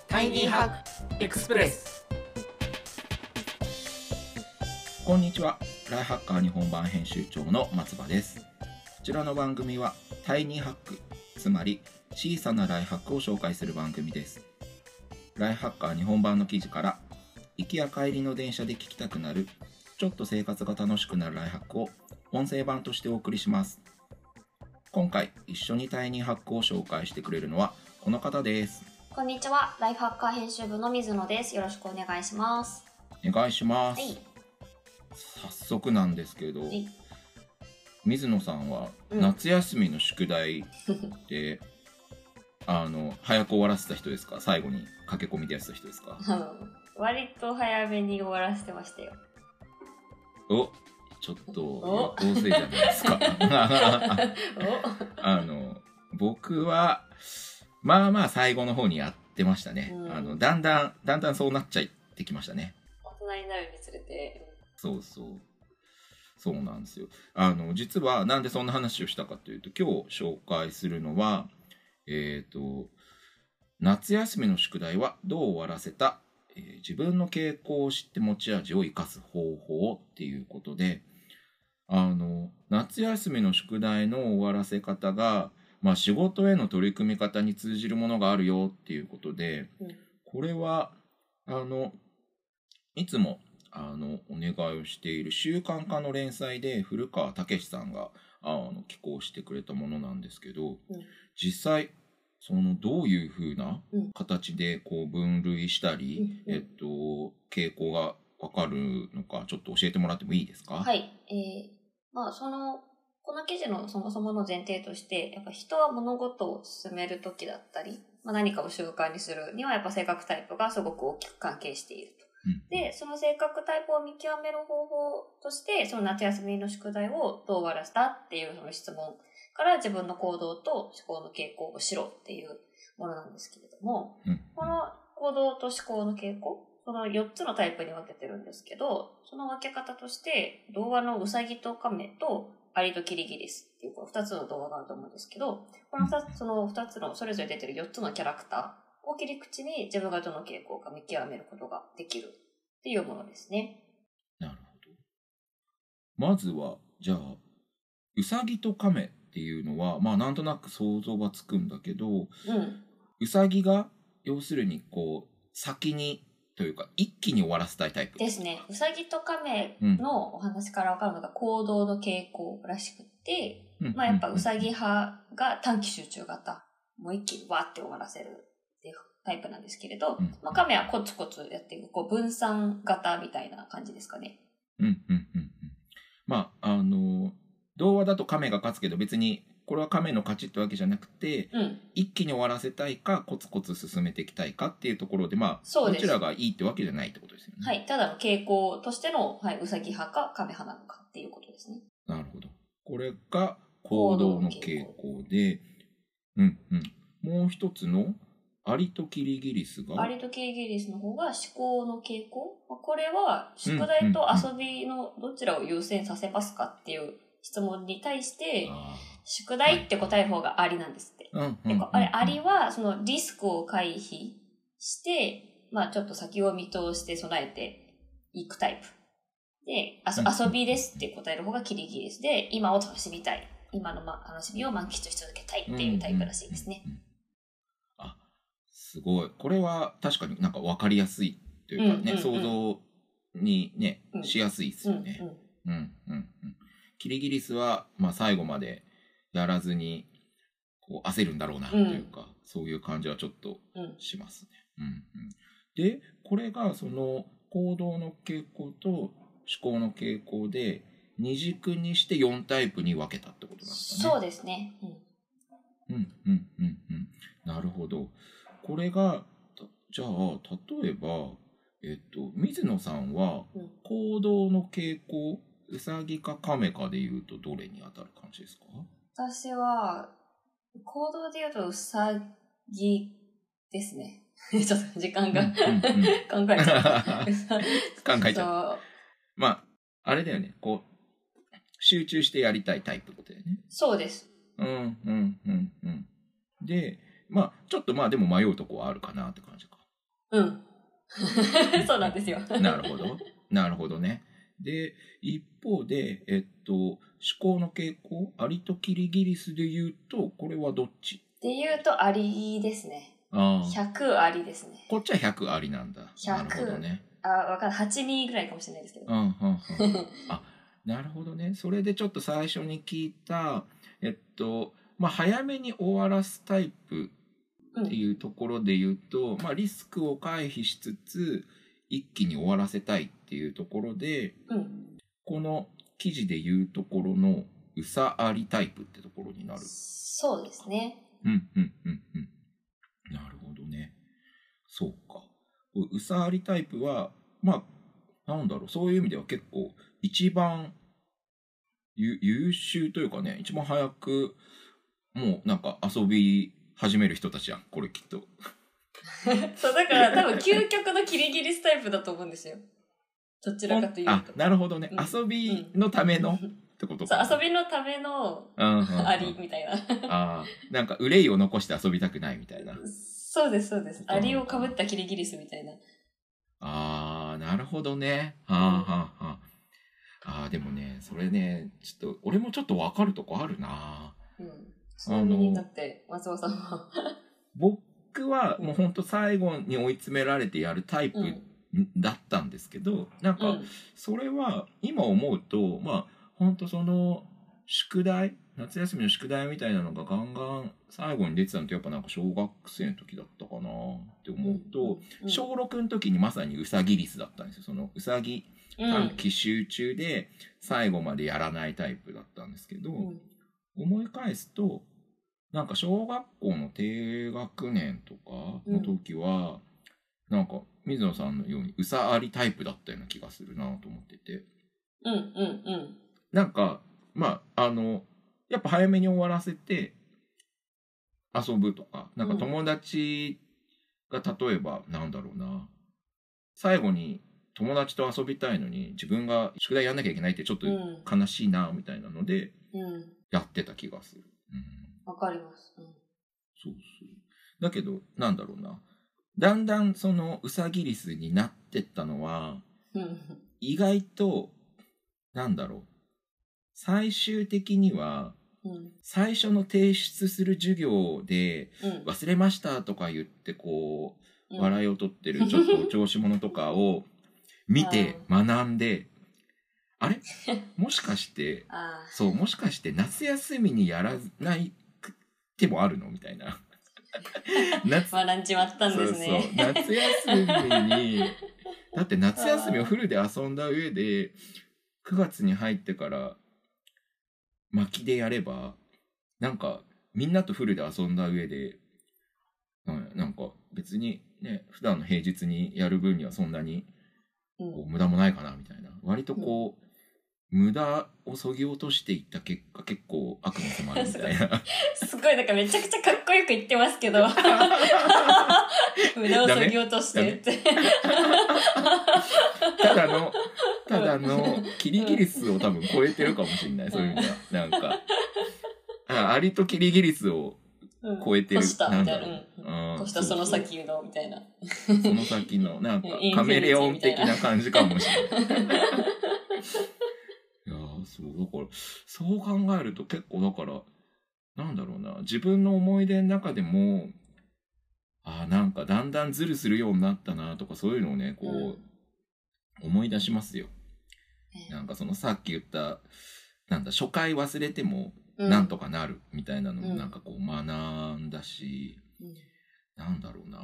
タイニーハックエクスプレス。 こんにちは。ライハッカー日本版編集長の松葉です。こちらの番組はタイニーハック、つまり小さなライハックを紹介する番組です。ライハッカー日本版の記事から行きや帰りの電車で聞きたくなるちょっと生活が楽しくなるライハックを音声版としてお送りします。今回一緒にタイニーハックを紹介してくれるのはこの方です。 こんにちは。ライフハッカー編集部の水野です。よろしくお願いします。 お願いします。 はい。 早速なんですけど、 はい、 水野さんは夏休みの宿題で、早く終わらせた人ですか？最後に駆け込みでやってた人ですか？ 割と早めに終わらせてましたよ。 お、ちょっと夜行性じゃないですか。僕はまあまあ最後の方にやってましたね。だんだんそうなっちゃってきましたね。 大人になるにつれて。 そうなんですよ。実はなんでそんな話をしたかというと、今日紹介するのは夏休みの宿題はどう終わらせた、自分の傾向を知って持ち味を生かす方法っていうことで、夏休みの宿題の終わらせ方が、仕事への取り組み方に通じるものがあるよっていうことで、これはいつもお願いをしている習慣化の連載で古川武さんが寄稿してくれたものなんですけど、実際どういうふうな形で分類したり、傾向が分かるのかちょっと教えてもらってもいいですか？ はい。この記事のそもそもの前提として、やっぱ人は物事を進めるときだったり、何かを習慣にするにはやっぱ性格タイプがすごく大きく関係していると。で、その性格タイプを見極める方法として、その夏休みの宿題をどう終わらせたっていうその質問から自分の行動と思考の傾向を知ろうっていうものなんですけれども、この行動と思考の傾向、その4つのタイプに分けてるんですけど、その分け方として童話のウサギとカメとアリとキリギリスっていうこの2つの童話があると思うんですけど、その2つのそれぞれ出てる4つのキャラクターを切り口に自分がどの傾向か見極めることができるっていうものですね。 なるほど。まずはじゃあウサギとカメっていうのはなんとなく想像はつくんだけど、ウサギが要するに先にというか一気に終わらせたいタイプですね。ウサギとカメのお話から分かるのが行動の傾向らしくて、やっぱウサギ派が短期集中型、もう一気にわーって終わらせるっていうタイプなんですけれど、カメはコツコツやっていく分散型みたいな感じですかね。 童話だとカメが勝つけど、別にこれはカメの勝ちってわけじゃなくて、一気に終わらせたいかコツコツ進めていきたいかっていうところで、どちらがいいってわけじゃないってことですよね。 はい、ただの傾向としての、ウサギ派かカメ派なのかっていうことですね。 なるほど。これが行動の傾向で、もう一つのアリとキリギリスが、 アリとキリギリスの方が思考の傾向。これは宿題と遊びのどちらを優先させますかっていう質問に対して宿題って答える方がアリなんですって。アリはそのリスクを回避してちょっと先を見通して備えていくタイプで、遊びですって答える方がキリギリスで、今を楽しみたい、今の楽しみを満喫し続けたいっていうタイプらしいですね。 すごい。これは確かになんか分かりやすいというかね、想像にね、しやすいですよね。キリギリスは最後までやらずに焦るんだろうなというか、そういう感じはちょっとしますね。で、これがその行動の傾向と思考の傾向で二軸にして4タイプに分けたってことなんですかね。 そうですね。 なるほど。これがじゃあ例えば水野さんは行動の傾向、ウサギかカメかでいうとどれに当たる感じですか？ 私は行動でいうとウサギですね。ちょっと時間が考えちゃった考えちゃった。 あれだよね、集中してやりたいタイプだよね。 そうです。 でちょっとでも迷うとこはあるかなって感じか。 うん。そうなんですよ。 なるほど。なるほどね。で、一方で、思考の傾向、アリとキリギリスで言うと、これはどっち？ で言うと、アリですね。100アリですね。 こっちは100アリなんだ。なるほどね。 わかんない。82ぐらいかもしれないですけど。 あ、なるほどね。それでちょっと最初に聞いた、早めに終わらすタイプっていうところで言うと、リスクを回避しつつ、一気に終わらせたいっていうところで、この記事で言うところのうさありタイプってところになる。 そうですね。 なるほどね。そうか。うさありタイプは、そういう意味では結構一番優秀というかね、一番早くもうなんか遊び始める人たちやん、これきっと。 そう、だから多分究極のキリギリスタイプだと思うんですよ。どちらかというと。 なるほどね。遊びのためのってことか。 そう、遊びのためのありみたいな。 なんか憂いを残して遊びたくないみたいな。 そうです、そうです。アリを被ったキリギリスみたいな。 なるほどね。でもね、それね、ちょっと、俺もちょっとわかるとこあるな。 ちなみに、だって、松尾さんは僕はもうほんと最後に追い詰められてやるタイプだったんですけど、なんか、それは今思うと、ほんとその、宿題、夏休みの宿題みたいなのがガンガン最後に出てたのってやっぱなんか小学生の時だったかなって思うと、小6の時にまさにうさぎリスだったんですよ。そのうさぎ短期集中で最後までやらないタイプだったんですけど、思い返すとなんか小学校の低学年とかの時は、なんか水野さんのようにうさありタイプだったような気がするなと思ってて、なんかやっぱ早めに終わらせて遊ぶとか、なんか友達が例えばなんだろうな、最後に友達と遊びたいのに自分が宿題やんなきゃいけないってちょっと悲しいなみたいなのでやってた気がする。 わかります。 そうそう。だけどなんだろうな、だんだんそのうさぎリスになってったのは意外となんだろう、最終的には最初の提出する授業で忘れましたとか言ってこう笑いを取ってるちょっとお調子者とかを見て学んで、あれもしかしてもしかして夏休みにやらない手もあるのみたいな。 学んじまったんですね。 そう夏休みにだって夏休みをフルで遊んだ上で9月に入ってから巻きでやればなんかみんなとフルで遊んだ上でなんか別にね普段の平日にやる分にはそんなにこう無駄もないかなみたいな、割とこう無駄をそぎ落としていった結果結構悪に迫るみたいなすごいなんかめちゃくちゃかっこよく言ってますけど無駄をそぎ落としてってただのキリギリスを多分超えてるかもしれない、そういう意味ではなんかアリとキリギリスを超えてる、なんだろう、 越したその先のみたいな、 その先のなんかカメレオン的な感じかもしれないいやそうだからそう考えると結構だからなんだろうな、自分の思い出の中でもなんかだんだんズルするようになったなとかそういうのをねこう、思い出しますよ。なんかそのさっき言ったなんだ初回忘れてもなんとかなるみたいなのもなんかこう学んだし、なんだろうな、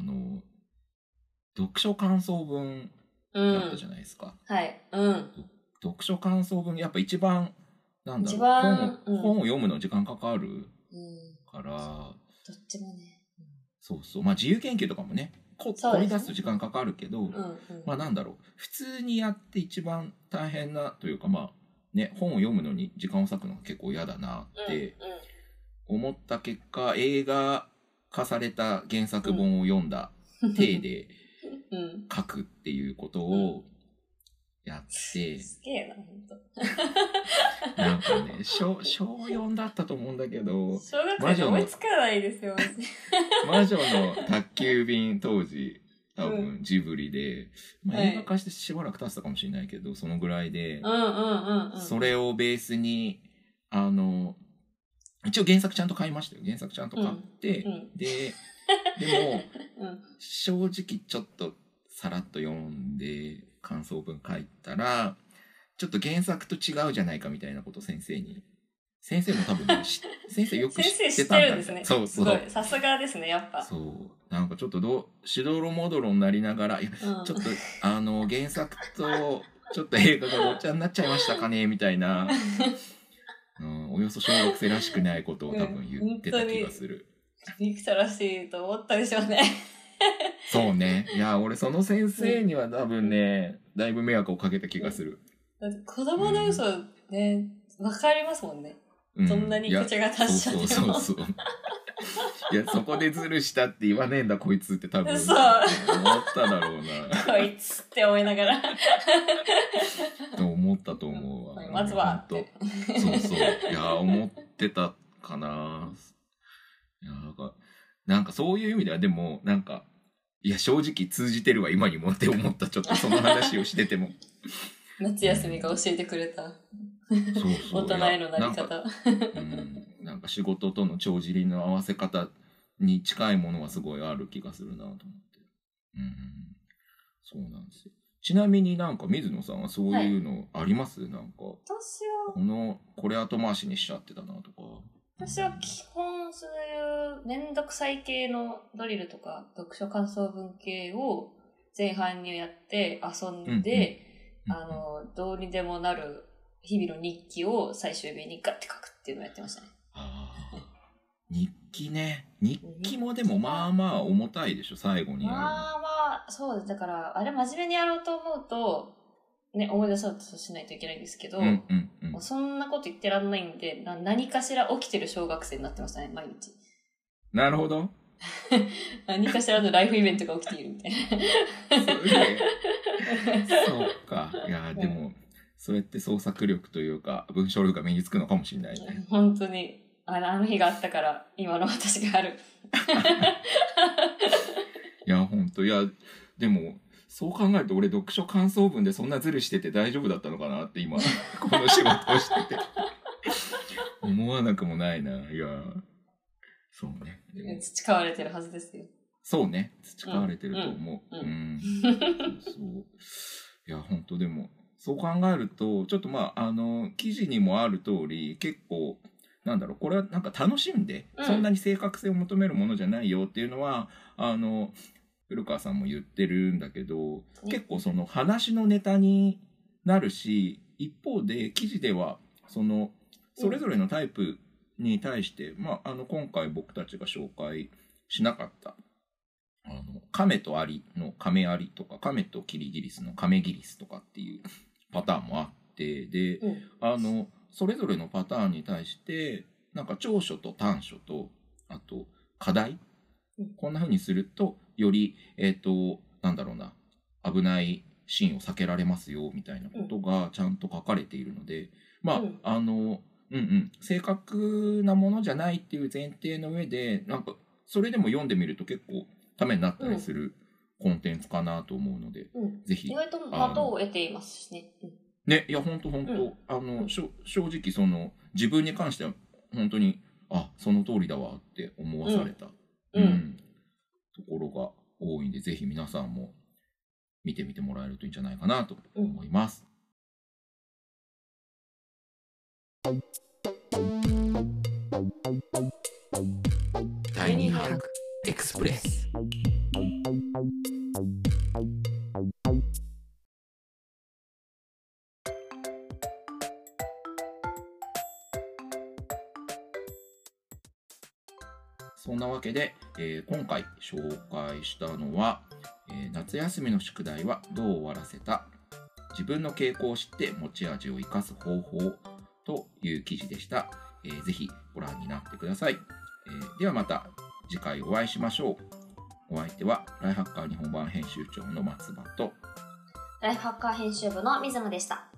読書感想文だったじゃないですか。 はい。 読書感想文やっぱ一番なんだろう、本を読むの時間かかるから、どっちもね。 そうそう、自由研究とかもね凝り出すと時間かかるけど、なんだろう、普通にやって一番大変なというか本を読むのに時間を割くのが結構嫌だなって思った結果、映画化された原作本を読んだ体で書くっていうことをやって、 すげえな、ほんと。 なんかね、小4だったと思うんだけど、 小学生思いつかないですよ。 魔女の宅急便当時多分ジブリで、映画化してしばらく経ってたかもしれないけど、そのぐらいで、それをベースに一応原作ちゃんと買いましたよ。原作ちゃんと買って、でも、正直ちょっとさらっと読んで感想文書いたら、ちょっと原作と違うじゃないかみたいなことを先生も多分ね、先生よく知ってたんだ。 先生知ってるんですね。 そう。 すごい。さすがですね、やっぱ。 そう。なんかちょっとしどろもどろになりながら、ちょっと原作とちょっと映画がごっちゃになっちゃいましたかねみたいな、およそ小学生らしくないことを多分言ってた気がする。 びくちゃらしいと思ったでしょうね。 そうね。いや、俺その先生には多分ね、だいぶ迷惑をかけた気がする。 だって子供の嘘ね、わかりますもんね。そんなに口が達者でも。 そう。いや、そこでズルしたって言わねえんだこいつって多分思っただろうな。 こいつって思いながら。 と思ったと思うわ。 まずはって。 そう。いや、思ってたかな。いや、なんかそういう意味ではでも、なんか、いや、正直通じてるわ、今にもって思った。ちょっとその話をしてても。 夏休みが教えてくれた。そう大人へのなり方。 なんか仕事との帳尻の合わせ方に近いものはすごいある気がするなと思って。そうなんですよ。ちなみになんか水野さんはそういうのあります？なんか私はこれ後回しにしちゃってたなとか。 私は基本そういうめんどくさい系のドリルとか読書感想文系を前半にやって遊んで、どうにでもなる日々の日記を最終日にガッて書くっていうのをやってましたね。 日記ね。日記もでもまあまあ重たいでしょ、最後にやるの。 まあそうです。だからあれ真面目にやろうと思うとね、思い出そうとしないといけないんですけど、そんなこと言ってらんないんで、何かしら起きてる小学生になってましたね、毎日。 なるほど。 何かしらのライフイベントが起きているみたいな。 そうか。いや、でも、そうやって創作力というか、文章力が身につくのかもしれないね。 本当に、あの日があったから、今の私がある。 いや、本当いや、でも、そう考えると俺読書感想文でそんなズルしてて大丈夫だったのかなって今、この仕事をしてて。思わなくもないな。いや、そうね。 培われてるはずですよ。 そうね。培われてると思う。そう。いや、本当でも、そう考えると、ちょっと記事にもある通り、結構、なんだろう、これはなんか楽しんで、そんなに正確性を求めるものじゃないよっていうのは、古川さんも言ってるんだけど、結構その話のネタになるし、一方で記事では、それぞれのタイプに対して、今回僕たちが紹介しなかった、亀とアリの亀アリとか、亀とキリギリスの亀ギリスとかっていうパターンもあって、で、それぞれのパターンに対して、なんか長所と短所と、あと課題、こんな風にすると、より、なんだろうな、危ないシーンを避けられますよ、みたいなことがちゃんと書かれているので、正確なものじゃないっていう前提の上で、なんか、それでも読んでみると結構ためになったりするコンテンツかなと思うので、ぜひ。 意外と的を得ていますしね。 ね、いや、ほんと、正直自分に関しては、本当に、その通りだわって思わされた、ところが多いんで、ぜひ皆さんも見てみてもらえるといいんじゃないかなと思います。 第二博エクスプレス。 そんなわけで、今回紹介したのは、夏休みの宿題はどう終わらせた？自分の傾向を知って持ち味を生かす方法という記事でした。ぜひご覧になってください。ではまた次回お会いしましょう。お相手はライフハッカー日本版編集長の松葉とライフハッカー編集部の水野でした。